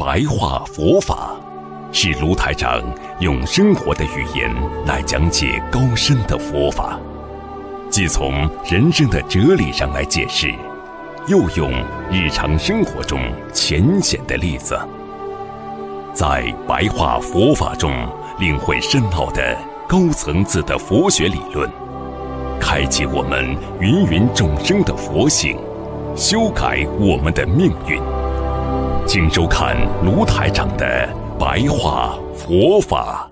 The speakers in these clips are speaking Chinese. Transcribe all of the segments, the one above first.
白话佛法，是卢台长用生活的语言来讲解高深的佛法，既从人生的哲理上来解释，又用日常生活中浅显的例子，在白话佛法中领会深奥的高层次的佛学理论，开启我们芸芸众生的佛性，修改我们的命运。请收看卢台长的白话佛法。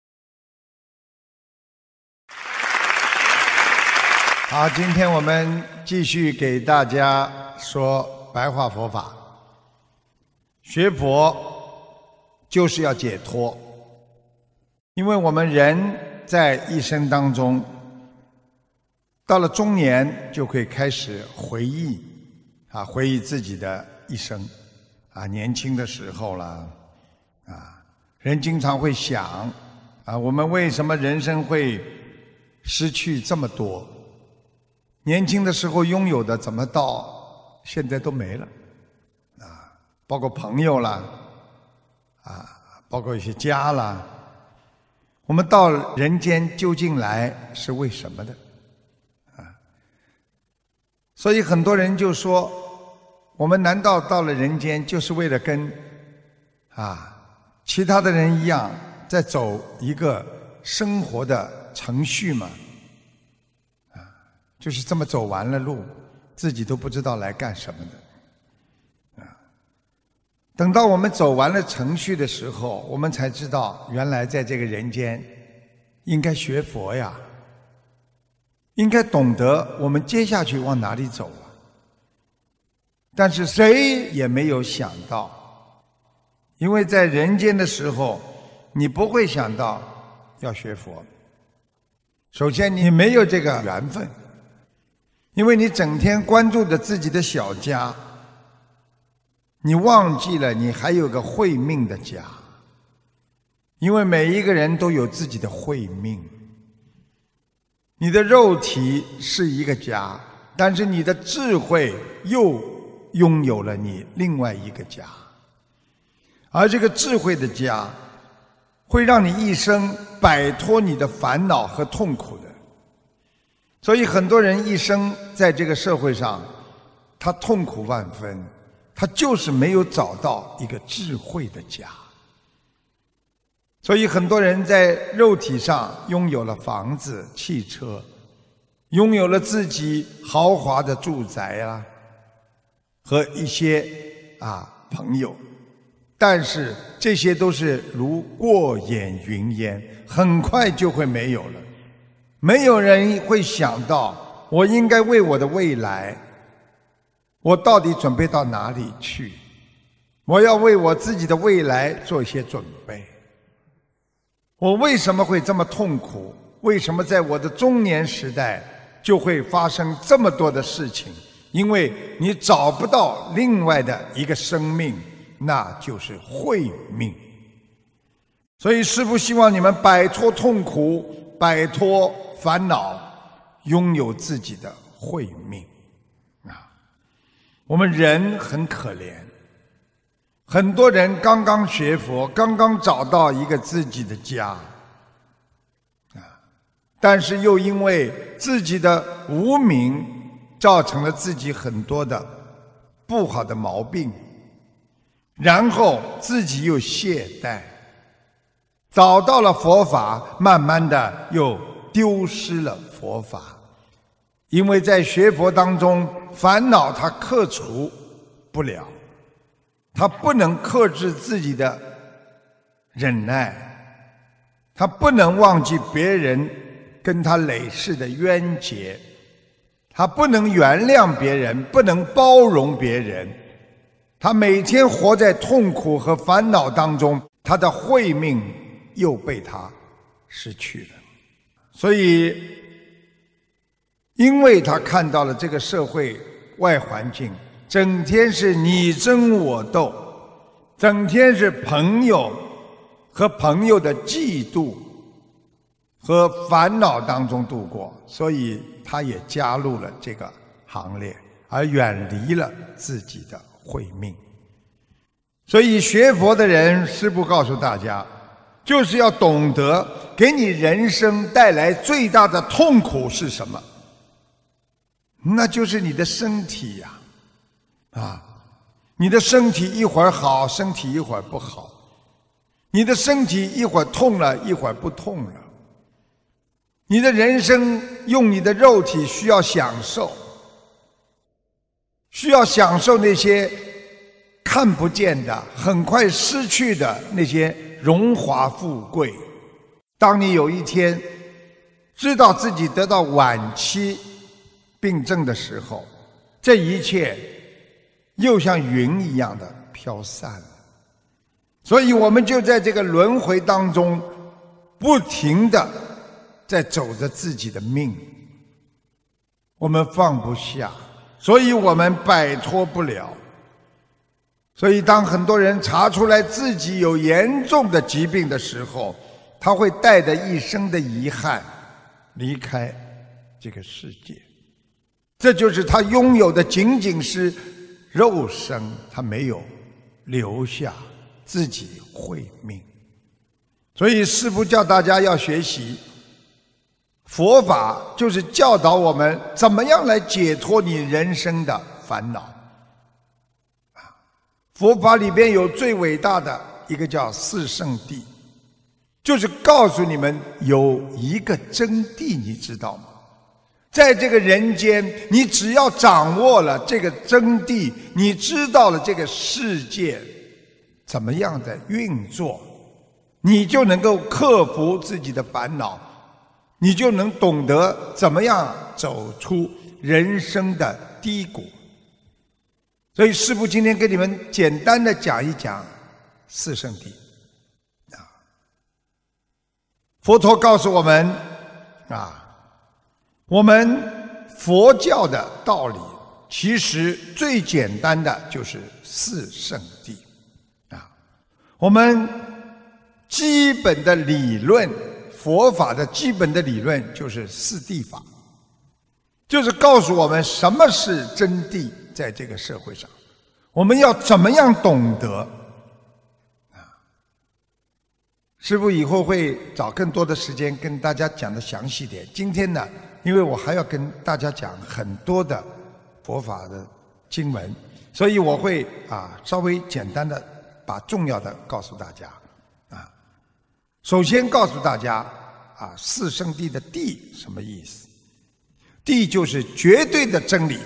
好，今天我们继续给大家说白话佛法。学佛就是要解脱，因为我们人在一生当中，到了中年就会开始回忆自己的一生年轻的时候了人经常会想我们为什么人生会失去这么多？年轻的时候拥有的怎么到现在都没了包括朋友啦包括一些家啦，我们到人间究竟来是为什么的所以很多人就说，我们难道到了人间就是为了跟其他的人一样在走一个生活的程序吗？就是这么走完了路，自己都不知道来干什么的等到我们走完了程序的时候，我们才知道原来在这个人间应该学佛呀，应该懂得我们接下去往哪里走但是谁也没有想到，因为在人间的时候你不会想到要学佛。首先你没有这个缘分，因为你整天关注着自己的小家，你忘记了你还有个慧命的家。因为每一个人都有自己的慧命，你的肉体是一个家，但是你的智慧又拥有了你另外一个家，而这个智慧的家会让你一生摆脱你的烦恼和痛苦的。所以很多人一生在这个社会上，他痛苦万分，他就是没有找到一个智慧的家。所以很多人在肉体上拥有了房子、汽车，拥有了自己豪华的住宅和一些朋友，但是这些都是如过眼云烟，很快就会没有了。没有人会想到，我应该为我的未来，我到底准备到哪里去？我要为我自己的未来做一些准备。我为什么会这么痛苦？为什么在我的中年时代就会发生这么多的事情？因为你找不到另外的一个生命，那就是慧命。所以师父希望你们摆脱痛苦，摆脱烦恼，拥有自己的慧命我们人很可怜，很多人刚刚学佛，刚刚找到一个自己的家但是又因为自己的无明，造成了自己很多的不好的毛病，然后自己又懈怠，找到了佛法，慢慢的又丢失了佛法。因为在学佛当中，烦恼它克除不了，他不能克制自己的忍耐，他不能忘记别人跟他累世的冤结，他不能原谅别人，不能包容别人，他每天活在痛苦和烦恼当中，他的慧命又被他失去了。所以因为他看到了这个社会外环境整天是你争我斗，整天是朋友和朋友的嫉妒和烦恼当中度过，所以他也加入了这个行列，而远离了自己的慧命。 所以学佛的人，师父告诉大家，就是要懂得给你人生带来最大的痛苦是什么？那就是你的身体呀，你的身体一会儿好，身体一会儿不好，你的身体一会儿痛了，一会儿不痛了。你的人生用你的肉体需要享受，需要享受那些看不见的、很快失去的那些荣华富贵。当你有一天知道自己得到晚期病症的时候，这一切又像云一样的飘散了。所以我们就在这个轮回当中不停地在走着自己的命，我们放不下，所以我们摆脱不了。所以当很多人查出来自己有严重的疾病的时候，他会带着一生的遗憾离开这个世界。这就是他拥有的仅仅是肉身，他没有留下自己慧命。所以师父叫大家要学习佛法，就是教导我们怎么样来解脱你人生的烦恼。佛法里边有最伟大的一个叫四圣谛，就是告诉你们有一个真谛，你知道吗？在这个人间，你只要掌握了这个真谛，你知道了这个世界怎么样的运作，你就能够克服自己的烦恼，你就能懂得怎么样走出人生的低谷。所以师父今天跟你们简单的讲一讲四圣谛。佛陀告诉我们我们佛教的道理其实最简单的就是四圣谛我们基本的理论，佛法的基本的理论就是四谛法，就是告诉我们什么是真谛。在这个社会上，我们要怎么样懂得师父以后会找更多的时间跟大家讲的详细点。今天呢，因为我还要跟大家讲很多的佛法的经文，所以我会稍微简单的把重要的告诉大家首先告诉大家四圣谛的谛什么意思？谛就是绝对的真理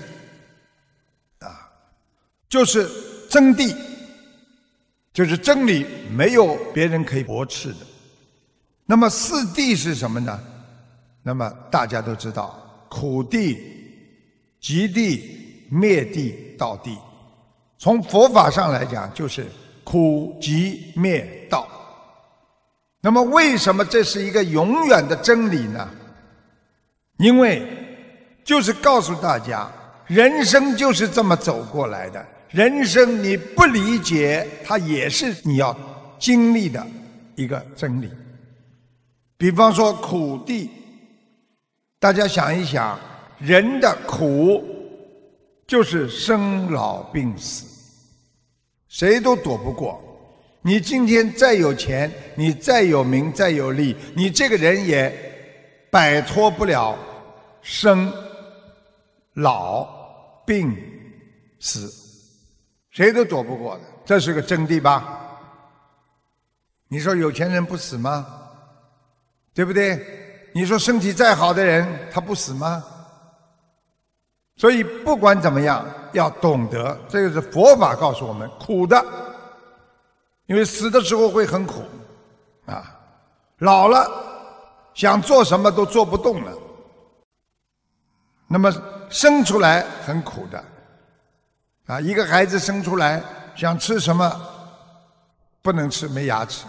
就是真谛，就是真理，没有别人可以驳斥的。那么四谛是什么呢？那么大家都知道，苦谛、集谛、灭谛、道谛。从佛法上来讲，就是苦集灭道。那么为什么这是一个永远的真理呢？因为就是告诉大家，人生就是这么走过来的。人生你不理解，它也是你要经历的一个真理。比方说苦谛，大家想一想，人的苦就是生老病死，谁都躲不过。你今天再有钱，你再有名再有利，你这个人也摆脱不了生老病死，谁都躲不过的，这是个真谛吧？你说有钱人不死吗？对不对？你说身体再好的人他不死吗？所以不管怎么样，要懂得，这个是佛法告诉我们苦的，因为死的时候会很苦老了想做什么都做不动了。那么生出来很苦的一个孩子生出来想吃什么不能吃，没牙齿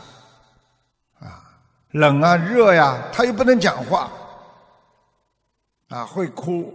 冷热他又不能讲话会哭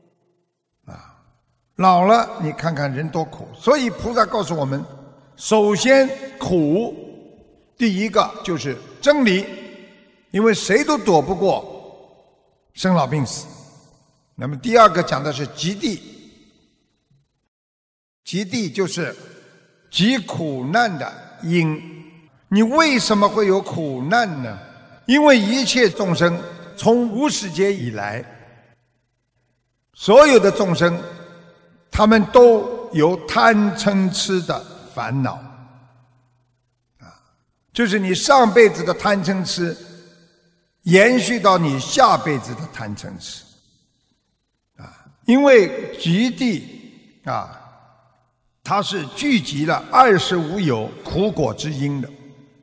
老了你看看人多苦。所以菩萨告诉我们，首先苦第一个就是真理，因为谁都躲不过生老病死。那么第二个讲的是集谛，集谛就是即苦难的因。你为什么会有苦难呢？因为一切众生从无始劫以来，所有的众生他们都有贪嗔痴的烦恼就是你上辈子的贪嗔痴延续到你下辈子的贪嗔痴因为极地它是聚集了25有苦果之因的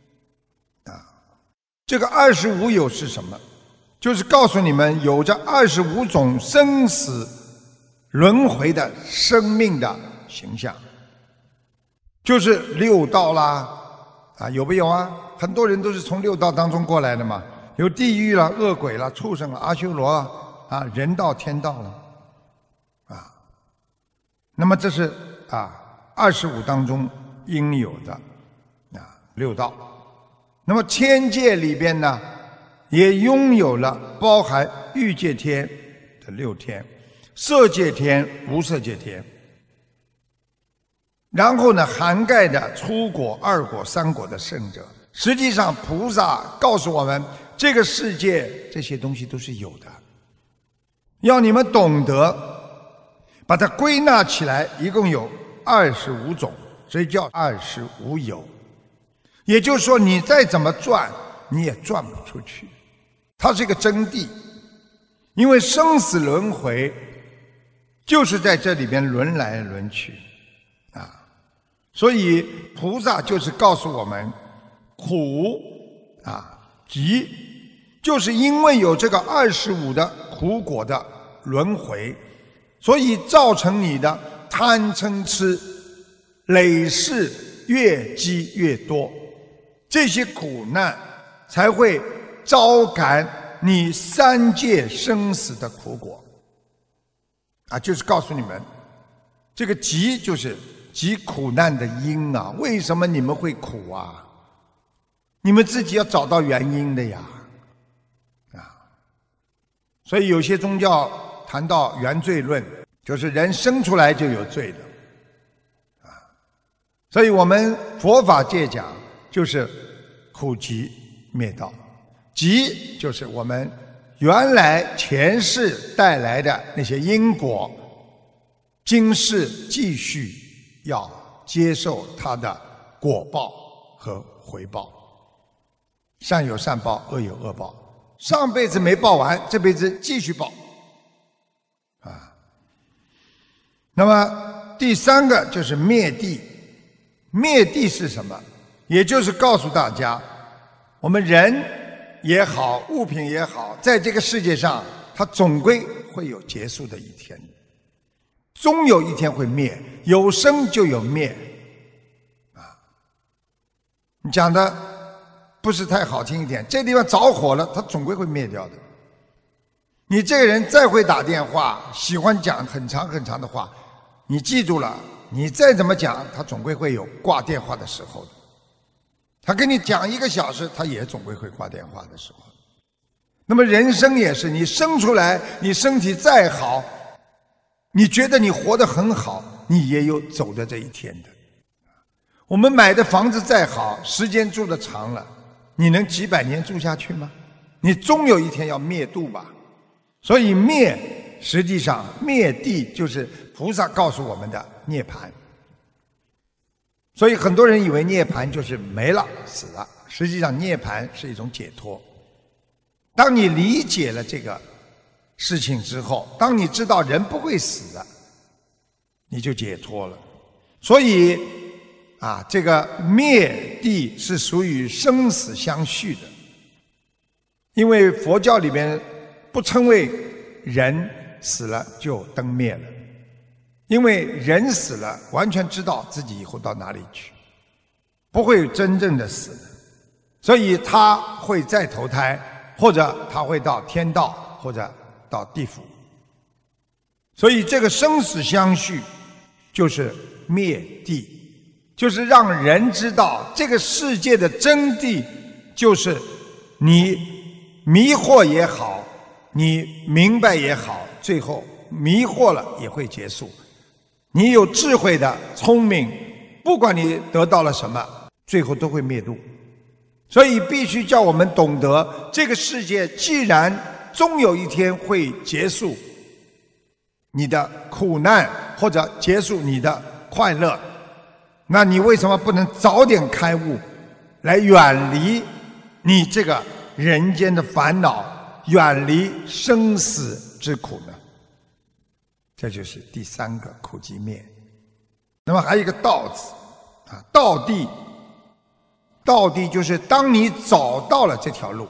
这个25有是什么？就是告诉你们有着25种生死轮回的生命的形象，就是六道啦有没有啊？很多人都是从六道当中过来的嘛，有地狱啦、恶鬼啦、畜生啦、阿修罗人道、天道了那么这是25当中应有的六道。那么天界里边呢，也拥有了包含欲界天的6天、色界天、无色界天，然后呢涵盖的初果、2果、3果的圣者。实际上菩萨告诉我们，这个世界这些东西都是有的，要你们懂得把它归纳起来，一共有25种，所以叫25有。也就是说，你再怎么转你也转不出去，它是一个真谛。因为生死轮回就是在这里边轮来轮去所以菩萨就是告诉我们，苦集就是因为有这个25的苦果的轮回，所以造成你的贪嗔痴累世越积越多，这些苦难才会招感你3界生死的苦果就是告诉你们，这个集就是集苦难的因为什么你们会苦你们自己要找到原因的呀所以有些宗教谈到原罪论，就是人生出来就有罪的所以我们佛法界讲就是苦集灭道，集就是我们原来前世带来的那些因果，今世继续要接受它的果报和回报，善有善报，恶有恶报，上辈子没报完，这辈子继续报那么第3个就是灭地。灭地是什么？也就是告诉大家，我们人也好，物品也好，在这个世界上它总归会有结束的一天，终有一天会灭，有生就有灭你讲的不是太好听一点，这地方着火了，它总归会灭掉的。你这个人再会打电话，喜欢讲很长很长的话，你记住了，你再怎么讲，他总归会有挂电话的时候的。他跟你讲1个小时，他也总归会挂电话的时候。那么人生也是，你生出来，你身体再好，你觉得你活得很好，你也有走的这一天的。我们买的房子再好，时间住得长了，你能几百年住下去吗？你终有一天要灭度吧。所以灭，实际上灭地就是菩萨告诉我们的涅槃。所以很多人以为涅槃就是没了死了，实际上涅槃是一种解脱。当你理解了这个事情之后，当你知道人不会死的，你就解脱了。所以这个灭地是属于生死相续的，因为佛教里边不称为人死了就灯灭了，因为人死了完全知道自己以后到哪里去，不会真正的死的，所以他会再投胎，或者他会到天道，或者到地府。所以这个生死相续就是灭地，就是让人知道这个世界的真谛，就是你迷惑也好，你明白也好，最后迷惑了也会结束。你有智慧的、聪明不管你得到了什么，最后都会灭度。所以必须叫我们懂得，这个世界既然终有一天会结束你的苦难，或者结束你的快乐，那你为什么不能早点开悟，来远离你这个人间的烦恼，远离生死之苦呢？这就是第三个苦集灭。那么还有一个道字啊，道地。道地就是当你找到了这条路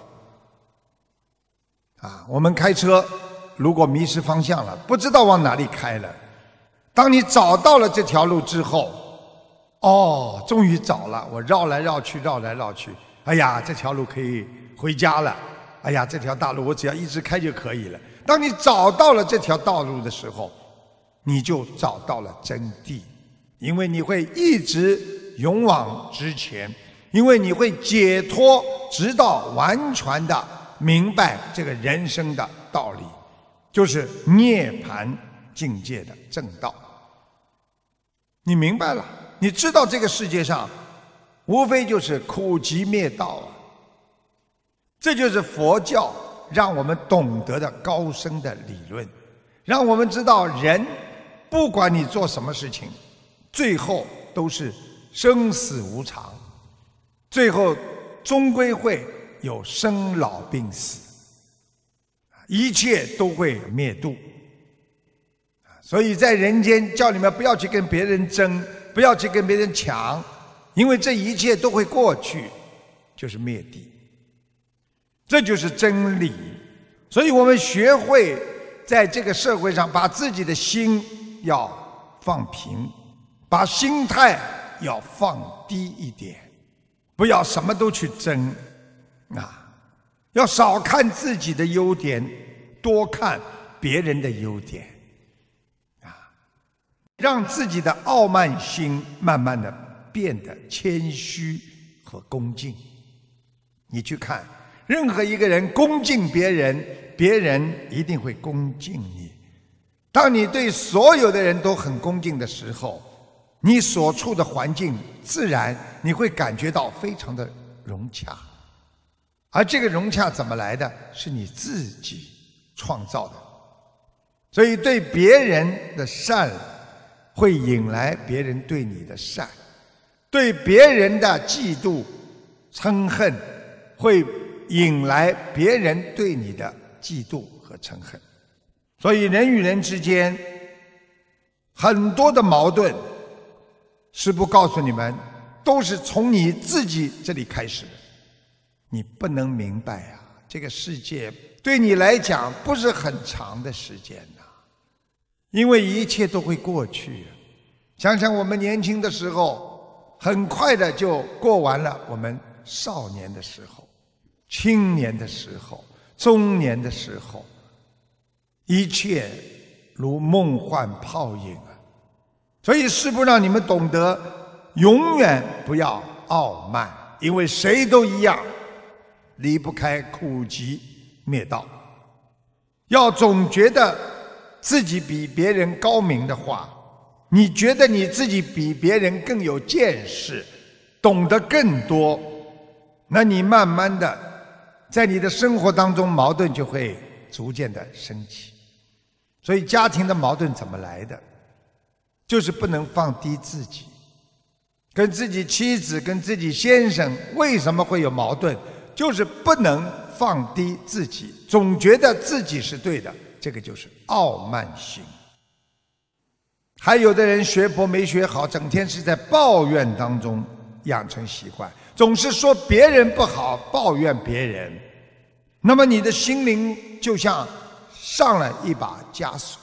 啊，我们开车如果迷失方向了，不知道往哪里开了，当你找到了这条路之后，哦，终于找了，我绕来绕去，绕来绕去，哎呀，这条路可以回家了，哎呀，这条大路我只要一直开就可以了。当你找到了这条道路的时候，你就找到了真谛，因为你会一直勇往直前，因为你会解脱，直到完全的明白这个人生的道理，就是涅槃境界的正道。你明白了，你知道这个世界上无非就是苦集灭道啊，这就是佛教让我们懂得的高深的理论，让我们知道人不管你做什么事情，最后都是生死无常，最后终归会有生老病死，一切都会灭度。所以在人间叫你们不要去跟别人争，不要去跟别人抢，因为这一切都会过去，就是灭地，这就是真理。所以我们学会在这个社会上把自己的心要放平，把心态要放低一点，不要什么都去争啊，要少看自己的优点，多看别人的优点啊，让自己的傲慢心慢慢的变得谦虚和恭敬。你去看任何一个人恭敬别人，别人一定会恭敬你。当你对所有的人都很恭敬的时候，你所处的环境自然你会感觉到非常的融洽，而这个融洽怎么来的？是你自己创造的。所以对别人的善会引来别人对你的善，对别人的嫉妒嗔恨会引来别人对你的嫉妒和嗔恨。所以人与人之间很多的矛盾，师父告诉你们，都是从你自己这里开始的。你不能明白啊，这个世界对你来讲不是很长的时间呐，因为一切都会过去。想想我们年轻的时候，很快的就过完了我们少年的时候、青年的时候、中年的时候，一切如梦幻泡影啊！所以师父让你们懂得，永远不要傲慢，因为谁都一样，离不开苦集灭道。要总觉得自己比别人高明的话，你觉得你自己比别人更有见识，懂得更多，那你慢慢的在你的生活当中矛盾就会逐渐的升起。所以家庭的矛盾怎么来的？就是不能放低自己。跟自己妻子、跟自己先生为什么会有矛盾？就是不能放低自己，总觉得自己是对的，这个就是傲慢心。还有的人学佛没学好，整天是在抱怨当中养成习惯，总是说别人不好，抱怨别人，那么你的心灵就像上了一把枷锁，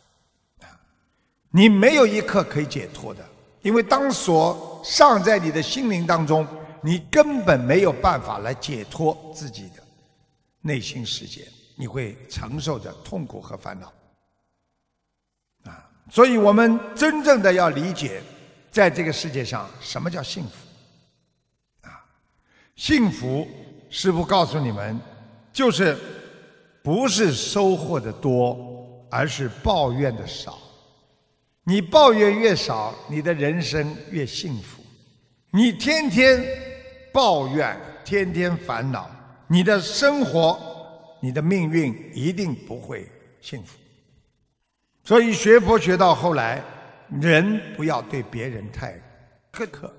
你没有一刻可以解脱的，因为当锁上在你的心灵当中，你根本没有办法来解脱自己的内心世界，你会承受着痛苦和烦恼啊！所以我们真正的要理解，在这个世界上什么叫幸福啊？幸福，师父告诉你们，就是不是收获的多，而是抱怨的少。 你抱怨越少，你的人生越幸福。你天天抱怨，天天烦恼，你的生活，你的命运一定不会幸福。所以学佛学到后来，人不要对别人太苛刻，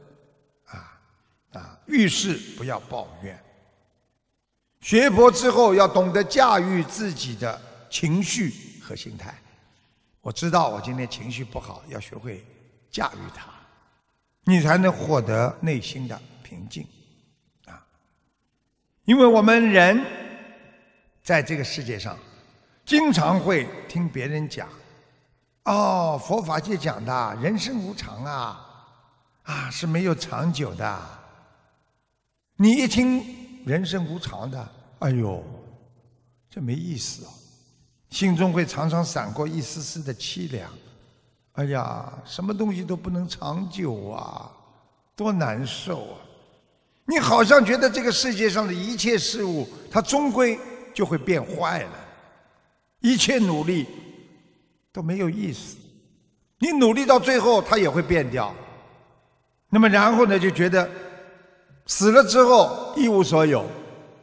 遇事不要抱怨。学佛之后要懂得驾驭自己的情绪和心态。我知道我今天情绪不好，要学会驾驭它，你才能获得内心的平静因为我们人在这个世界上经常会听别人讲佛法界讲的人生无常是没有长久的。你一听人生无常的，哎呦，这没意思心中会常常闪过一丝丝的凄凉。哎呀，什么东西都不能长久多难受你好像觉得这个世界上的一切事物，它终归就会变坏了，一切努力都没有意思，你努力到最后它也会变掉。那么然后呢，就觉得死了之后一无所有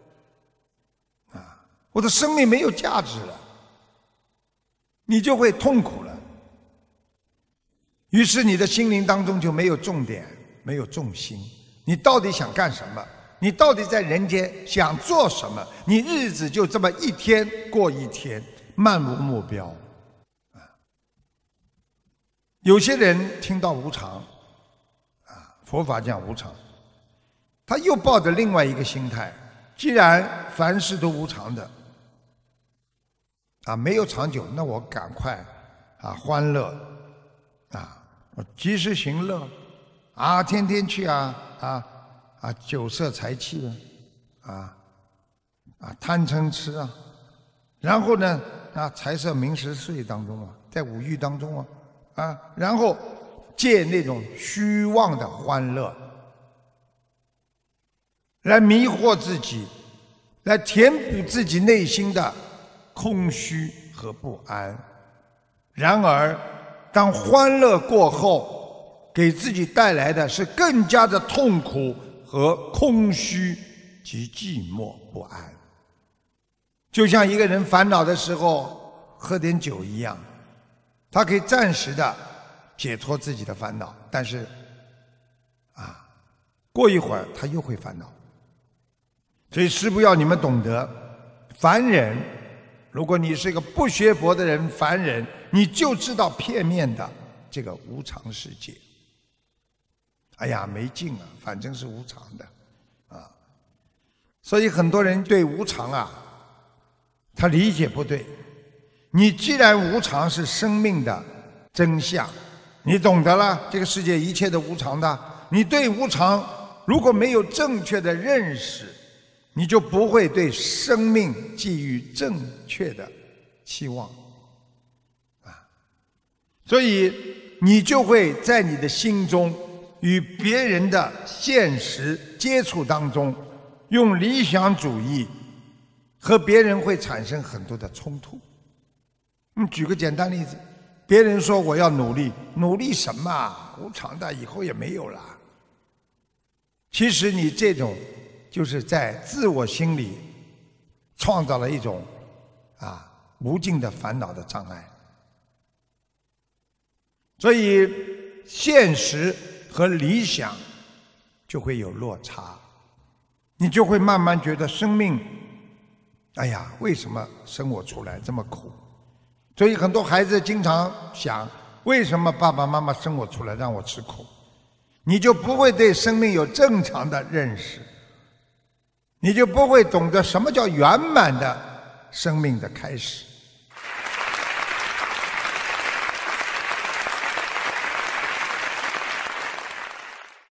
我的生命没有价值了，你就会痛苦了。于是你的心灵当中就没有重点，没有重心。你到底想干什么？你到底在人间想做什么？你日子就这么一天过一天，漫无目标有些人听到无常佛法讲无常，他又抱着另外一个心态，既然凡事都无常的没有长久，那我赶快欢乐我及时行乐天天去酒色财气贪嗔痴然后呢财色名食睡当中在五欲当中然后借那种虚妄的欢乐来迷惑自己，来填补自己内心的空虚和不安。然而当欢乐过后，给自己带来的是更加的痛苦和空虚及寂寞不安。就像一个人烦恼的时候喝点酒一样，他可以暂时的解脱自己的烦恼，但是过一会儿他又会烦恼。所以师父要你们懂得，凡人，如果你是一个不学佛的人，凡人，你就知道片面的这个无常世界。哎呀，没劲反正是无常的所以很多人对无常他理解不对。你既然无常是生命的真相，你懂得了这个世界一切的无常的，你对无常如果没有正确的认识，你就不会对生命寄予正确的期望所以你就会在你的心中与别人的现实接触当中，用理想主义和别人会产生很多的冲突。举个简单例子，别人说我要努力，努力什么无常的，以后也没有了。其实你这种就是在自我心里创造了一种无尽的烦恼的障碍。所以现实和理想就会有落差，你就会慢慢觉得生命，哎呀，为什么生我出来这么苦？所以很多孩子经常想，为什么爸爸妈妈生我出来让我吃苦？你就不会对生命有正常的认识，你就不会懂得什么叫圆满的生命的开始。